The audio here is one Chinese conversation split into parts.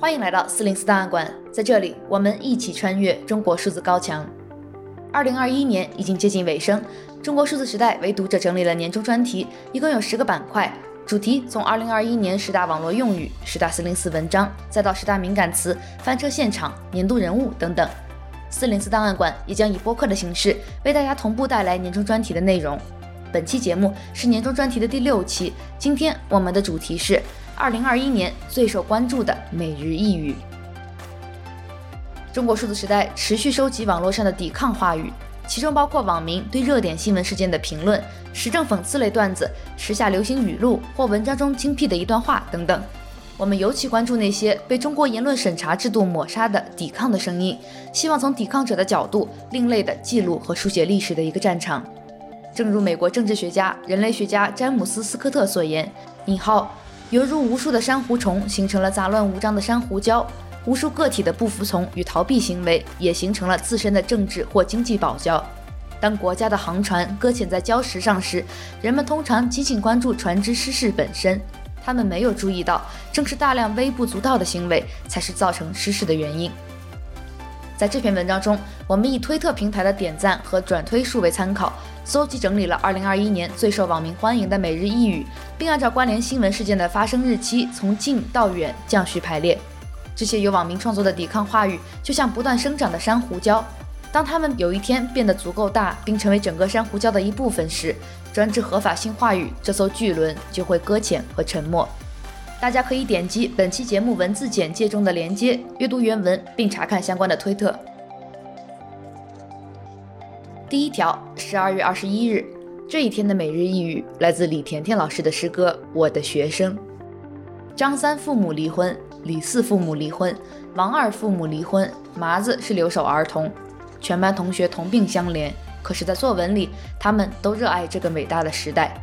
欢迎来到404档案馆，在这里我们一起穿越中国数字高墙。2021年已经接近尾声，中国数字时代为读者整理了年终专题，一共有10个板块，主题从2021年10大网络用语、10大404文章，再到10大敏感词、翻车现场、年度人物等等。404档案馆也将以播客的形式为大家同步带来年终专题的内容。本期节目是年终专题的第6期，今天我们的主题是2021年最受关注的每日一语。中国数字时代持续收集网络上的抵抗话语，其中包括网民对热点新闻事件的评论、时政讽刺类段子、时下流行语录或文章中精辟的一段话等等。我们尤其关注那些被中国言论审查制度抹杀的抵抗的声音，希望从抵抗者的角度另类的记录和书写历史的一个战场。正如美国政治学家、人类学家詹姆斯·斯科特所言，犹如无数的珊瑚虫形成了杂乱无章的珊瑚礁，无数个体的不服从与逃避行为也形成了自身的政治或经济堡礁。当国家的航船搁浅在礁石上时，人们通常仅仅关注船只失事本身，他们没有注意到正是大量微不足道的行为才是造成失事的原因。在这篇文章中，我们以推特平台的点赞和转推数为参考，搜集整理了2021年最受网民欢迎的每日一语，并按照关联新闻事件的发生日期从近到远降序排列。这些由网民创作的抵抗话语就像不断生长的珊瑚礁，当它们有一天变得足够大并成为整个珊瑚礁的一部分时，专制合法性话语这艘巨轮就会搁浅和沉没。大家可以点击本期节目文字简介中的连接，阅读原文并查看相关的推特。第一条，12月21日，这一天的每日一语来自李甜甜老师的诗歌《我的学生》。张三父母离婚，李四父母离婚，王二父母离婚，麻子是留守儿童，全班同学同病相怜，可是在作文里他们都热爱这个伟大的时代。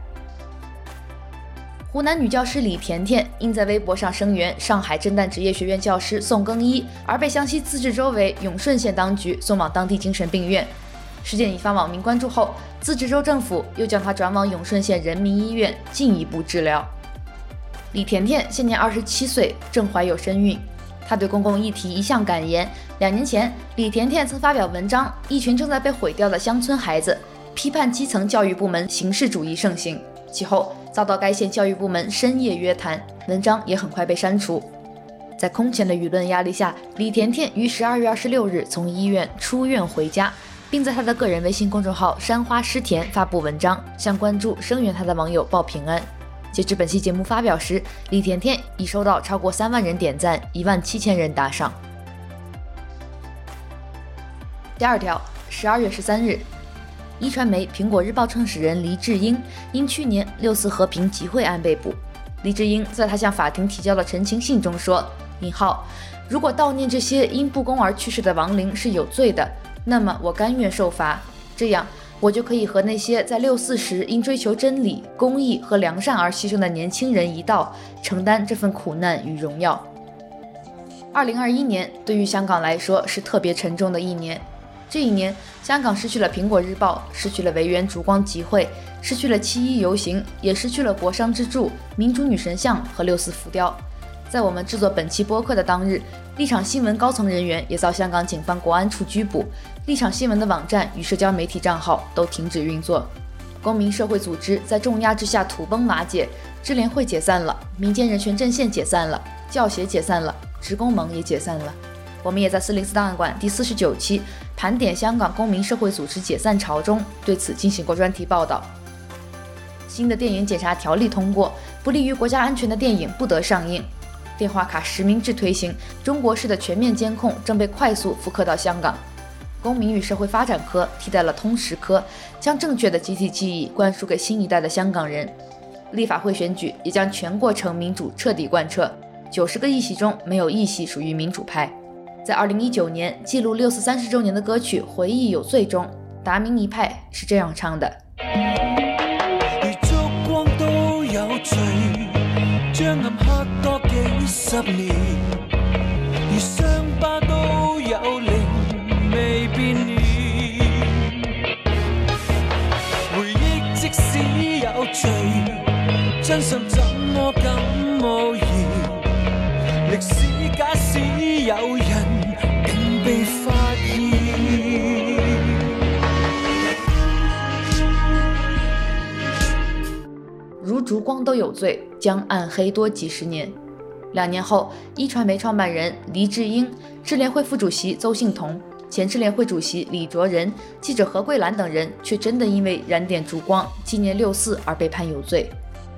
湖南女教师李甜甜因在微博上声援上海震旦职业学院教师宋更一，而被湘西自治州委永顺县当局送往当地精神病院。事件引发网民关注后，自治州政府又将她转往永顺县人民医院进一步治疗。李甜甜现年27岁，正怀有身孕。她对公共议题一向敢言。2年前，李甜甜曾发表文章《一群正在被毁掉的乡村孩子》，批判基层教育部门形式主义盛行。其后遭到该县教育部门深夜约谈，文章也很快被删除。在空前的舆论压力下，李甜甜于12月26日从医院出院回家，并在她的个人微信公众号山花诗田发布文章，向关注声援她的网友报平安。截至本期节目发表时，李甜甜已收到超过3万人点赞，17000人打赏。第二条，12月13日，一传媒苹果日报创始人黎智英因去年6·4和平集会案被捕。黎智英在他向法庭提交的陈情信中说：“如果悼念这些因不公而去世的亡灵是有罪的，那么我甘愿受罚，这样我就可以和那些在6·4时因追求真理、公义和良善而牺牲的年轻人一道，承担这份苦难与荣耀。”2021年对于香港来说是特别沉重的一年。这一年，香港失去了苹果日报，失去了维园烛光集会，失去了7·1游行，也失去了国殇之柱、民主女神像和6·4浮雕。在我们制作本期播客的当日，立场新闻高层人员也遭香港警方国安处拘捕，立场新闻的网站与社交媒体账号都停止运作。公民社会组织在重压之下土崩瓦解，支联会解散了，民间人权阵线解散了，教协解散了，职工盟也解散了。我们也在404档案馆第49期盘点香港公民社会组织解散潮中对此进行过专题报道。新的电影检查条例通过，不利于国家安全的电影不得上映。电话卡实名制推行，中国式的全面监控正被快速复刻到香港。公民与社会发展科替代了通识科，将正确的集体记忆灌输给新一代的香港人。立法会选举也将全过程民主彻底贯彻，90个议席中没有一席属于民主派。在2019年记录6·4 30周年的歌曲《回忆有罪》中，达明一派是这样唱的： 如燭光都有罪，將暗黑多幾十年，如傷疤都有靈未變亂，回憶即使有罪，真相怎麼敢冒言，歷史假使方都有罪，将暗黑多几十年。2年后，一传媒创办人黎智英、智联会副主席邹幸彤、前智联会主席李卓人、记者何桂兰等人却真的因为燃点烛光纪念6·4而被判有罪。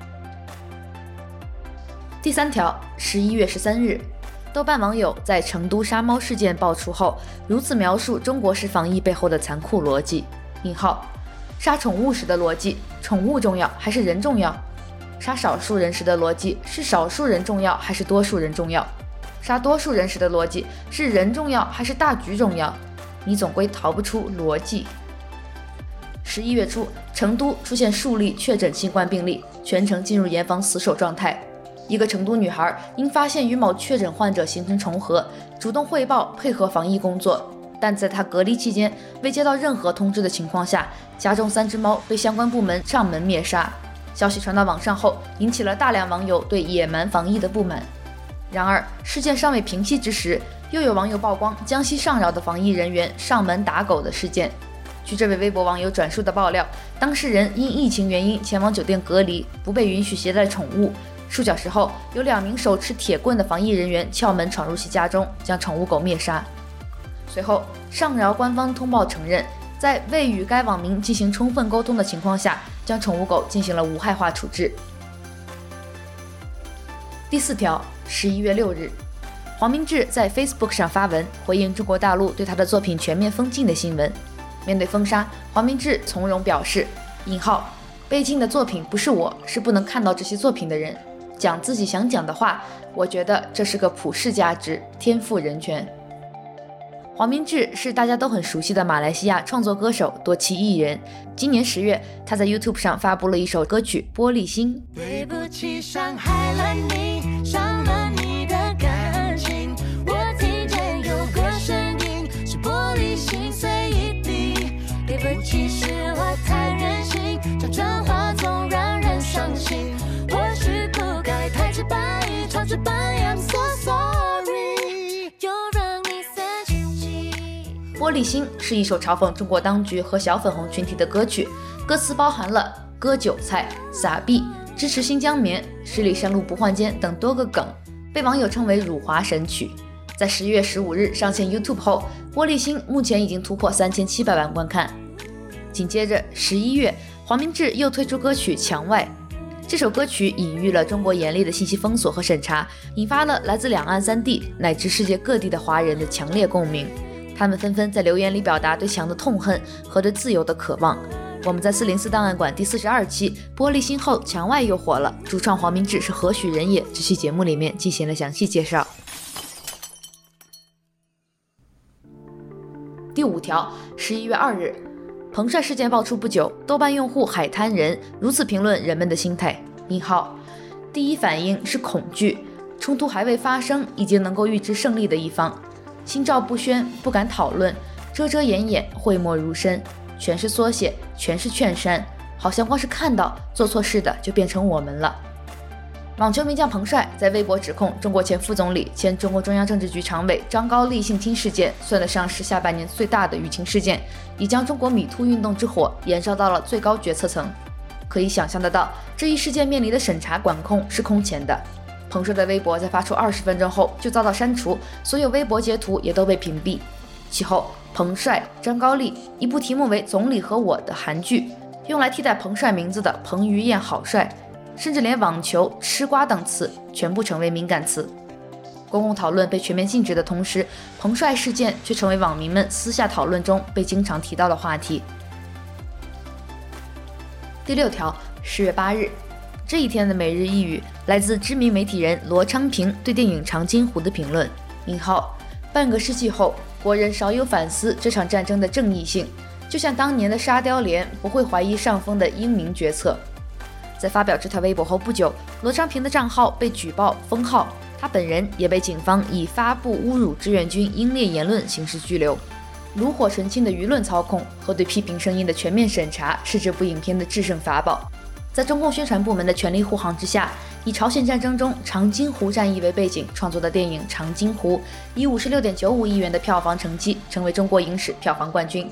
第3条，11月13日，豆瓣网友在成都杀猫事件爆出后，如此描述中国式防疫背后的残酷逻辑：杀宠物时的逻辑，宠物重要还是人重要？杀少数人时的逻辑，是少数人重要还是多数人重要？杀多数人时的逻辑，是人重要还是大局重要？你总归逃不出逻辑。11月初，成都出现数例确诊新冠病例，全城进入严防死守状态。一个成都女孩因发现与某确诊患者形成重合，主动汇报配合防疫工作，但在她隔离期间未接到任何通知的情况下，家中3只猫被相关部门上门灭杀。消息传到网上后，引起了大量网友对野蛮防疫的不满。然而，事件尚未平息之时，又有网友曝光江西上饶的防疫人员上门打狗的事件。据这位微博网友转述的爆料，当事人因疫情原因前往酒店隔离，不被允许携带宠物。数小时后，有2名手持铁棍的防疫人员撬门闯入其家中，将宠物狗灭杀。随后，上饶官方通报承认，在未与该网民进行充分沟通的情况下，将宠物狗进行了无害化处置。第4条，11月6日，黄明志在 Facebook 上发文回应中国大陆对他的作品全面封禁的新闻。面对封杀，黄明志从容表示：被禁的作品不是我，是不能看到这些作品的人。讲自己想讲的话，我觉得这是个普世价值，天赋人权。黄明志是大家都很熟悉的马来西亚创作歌手、多栖艺人。今年10月，他在 YouTube 上发布了一首歌曲《玻璃心》。 对不起，伤害了你，伤了你的感情。我听见有个声音，是玻璃心碎一地。对不起，是我太任性，讲真话总让人伤心。或许不该太直白，超直白 ，I'm so sorry。又让你散气。 玻璃心是一首嘲讽中国当局和小粉红群体的歌曲，歌词包含了割韭菜、撒币、支持新疆棉、十里山路不换肩等多个梗，被网友称为辱华神曲。在10月15日上线 YouTube 后，玻璃心目前已经突破3700万观看。紧接着11月，黄明志又推出歌曲《墙外》。这首歌曲隐喻了中国严厉的信息封锁和审查，引发了来自两岸3地乃至世界各地的华人的强烈共鸣。他们纷纷在留言里表达对墙的痛恨和对自由的渴望。我们在404档案馆第42期《玻璃心》后，墙外又火了，主创黄明志是何许人也？这期节目里面进行了详细介绍。第5条，11月2日，彭帅事件爆出不久，豆瓣用户海滩人如此评论人们的心态：第一反应是恐惧，冲突还未发生，已经能够预知胜利的一方，心照不宣，不敢讨论，遮遮掩掩，讳莫如深，全是缩写，全是劝删，好像光是看到做错事的就变成我们了。网球名将彭帅在微博指控中国前副总理、前中国中央政治局常委张高丽性侵事件，算得上是下半年最大的舆情事件，已将中国MeToo运动之火延烧到了最高决策层。可以想象得到，这一事件面临的审查管控是空前的。彭帅的微博在发出20分钟后就遭到删除，所有微博截图也都被屏蔽。其后，彭帅、张高丽一部题目为《总理和我》的韩剧，用来替代彭帅名字的彭于晏好帅，甚至连网球、吃瓜等词全部成为敏感词。公共讨论被全面禁止的同时，彭帅事件却成为网民们私下讨论中被经常提到的话题。第6条，10月8日，这一天的每日一语来自知名媒体人罗昌平对电影《长津湖》的评论：半个世纪后，国人少有反思这场战争的正义性，就像当年的沙雕连不会怀疑上峰的英明决策。在发表这条微博后不久，罗昌平的账号被举报封号，他本人也被警方以发布侮辱志愿军英烈言论刑事拘留。炉火纯青的舆论操控和对批评声音的全面审查是这部影片的制胜法宝。在中共宣传部门的全力护航之下，以朝鲜战争中长津湖战役为背景创作的电影《长津湖》以56.95亿元的票房成绩成为中国影史票房冠军。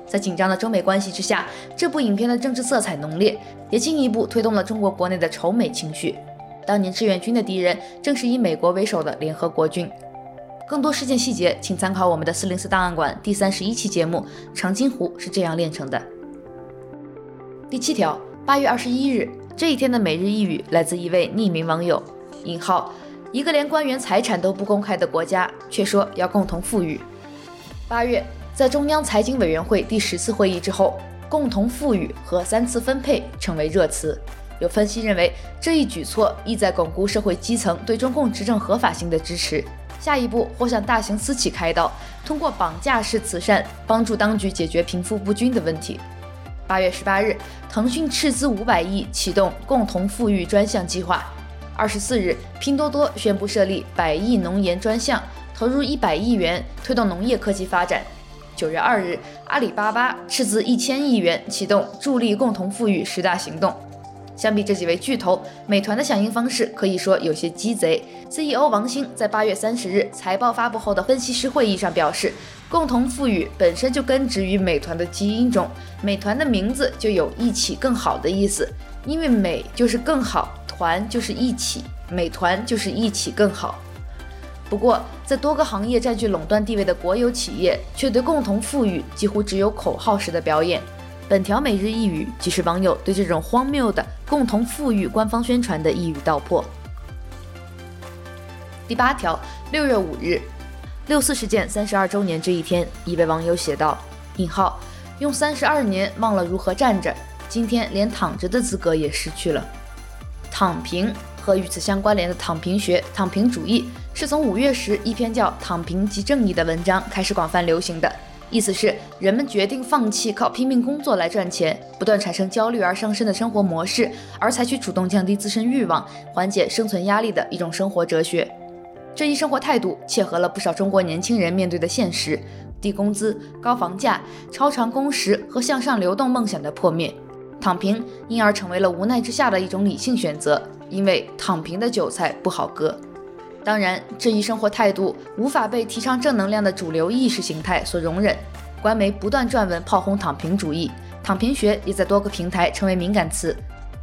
在紧张的中美关系之下，这部影片的政治色彩浓烈，也进一步推动了中国国内的仇美情绪。当年志愿军的敌人正是以美国为首的联合国军。更多事件细节，请参考我们的404档案馆第31期节目《长津湖是这样炼成的》。第7条，8月21日，这一天的每日一语来自一位匿名网友，引号，一个连官员财产都不公开的国家，却说要共同富裕。8月，在中央财经委员会第10次会议之后，共同富裕和3次分配成为热词。有分析认为，这一举措意在巩固社会基层对中共执政合法性的支持，下一步或向大型私企开刀，通过绑架式慈善帮助当局解决贫富不均的问题。8月18日，腾讯斥资500亿启动共同富裕专项计划。24日，拼多多宣布设立100亿农研专项，投入100亿元推动农业科技发展。9月2日，阿里巴巴斥资1000亿元启动助力共同富裕10大行动。相比这几位巨头，美团的响应方式可以说有些鸡贼。CEO 王兴在8月30日财报发布后的分析师会议上表示，共同富裕本身就根植于美团的基因中，美团的名字就有一起更好的意思，因为美就是更好，团就是一起，美团就是一起更好。不过，在多个行业占据垄断地位的国有企业，却对共同富裕几乎只有口号式的表演。本条每日一语即是网友对这种荒谬的共同富裕官方宣传的一语道破。第8条，6月5日，6·4事件32周年这一天，一位网友写道：引号，用32年忘了如何站着，今天连躺着的资格也失去了。躺平和与此相关联的躺平学、躺平主义，是从5月时一篇叫《躺平即正义》的文章开始广泛流行的。意思是人们决定放弃靠拼命工作来赚钱，不断产生焦虑而上升的生活模式，而采取主动降低自身欲望、缓解生存压力的一种生活哲学。这一生活态度切合了不少中国年轻人面对的现实：低工资、高房价、超长工时和向上流动梦想的破灭。躺平因而成为了无奈之下的一种理性选择，因为躺平的韭菜不好割。当然，这一生活态度无法被提倡正能量的主流意识形态所容忍，官媒不断撰文炮轰躺平主义，躺平学也在多个平台成为敏感词。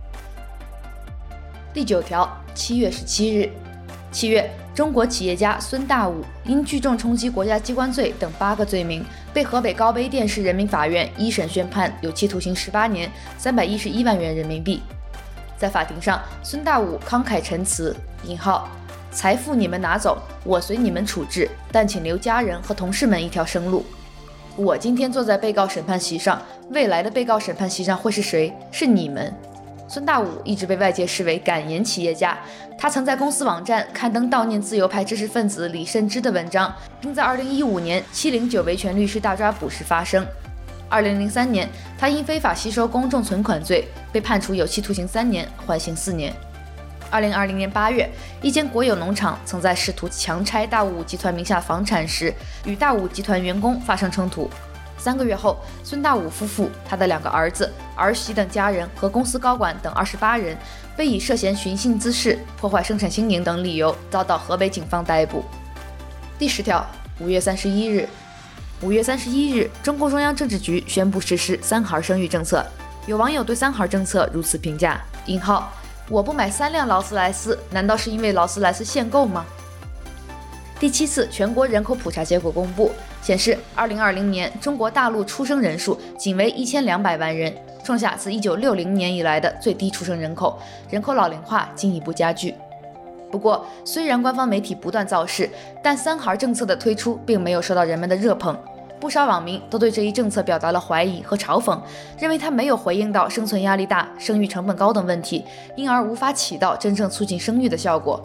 第9条，7月17日，7月，中国企业家孙大武因聚众冲击国家机关罪等8个罪名，被河北高碑店市人民法院一审宣判有期徒刑18年，311万元人民币。在法庭上，孙大武慷慨陈词，引号，财富你们拿走，我随你们处置，但请留家人和同事们一条生路。我今天坐在被告审判席上，未来的被告审判席上会是谁？是你们。孙大武一直被外界视为敢言企业家，他曾在公司网站刊登悼念自由派知识分子李慎之的文章，并在2015年709维权律师大抓捕时发声。2003年，他因非法吸收公众存款罪被判处有期徒刑3年，缓刑4年。2020年8月，一间国有农场曾在试图强拆大武集团名下房产时，与大武集团员工发生冲突。3个月后，孙大武夫妇、他的2个儿子、儿媳等家人和公司高管等28人，被以涉嫌寻衅滋事、破坏生产经营等理由遭到河北警方逮捕。第10条，5月31日，5月31日，中共中央政治局宣布实施3孩生育政策。有网友对3孩政策如此评价：引号，我不买3辆劳斯莱斯，难道是因为劳斯莱斯限购吗？第7次全国人口普查结果公布，显示2020年中国大陆出生人数仅为1200万人，创下自1960年以来的最低出生人口，人口老龄化进一步加剧。不过，虽然官方媒体不断造势，但3孩政策的推出并没有受到人们的热捧。不少网民都对这一政策表达了怀疑和嘲讽，认为它没有回应到生存压力大、生育成本高等问题，因而无法起到真正促进生育的效果。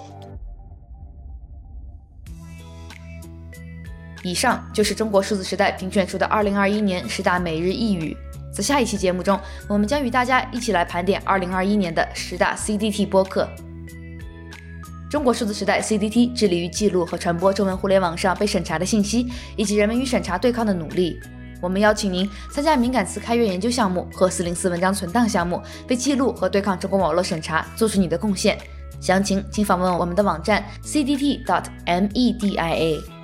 以上就是中国数字时代评选出的2021年10大每日一语。在下一期节目中，我们将与大家一起来盘点2021年的10大 CDT 播客。中国数字时代 CDT 致力于记录和传播中文互联网上被审查的信息，以及人们与审查对抗的努力。我们邀请您参加敏感词开源研究项目和404文章存档项目，为记录和对抗中国网络审查做出你的贡献。详情请访问我们的网站 cdt.media。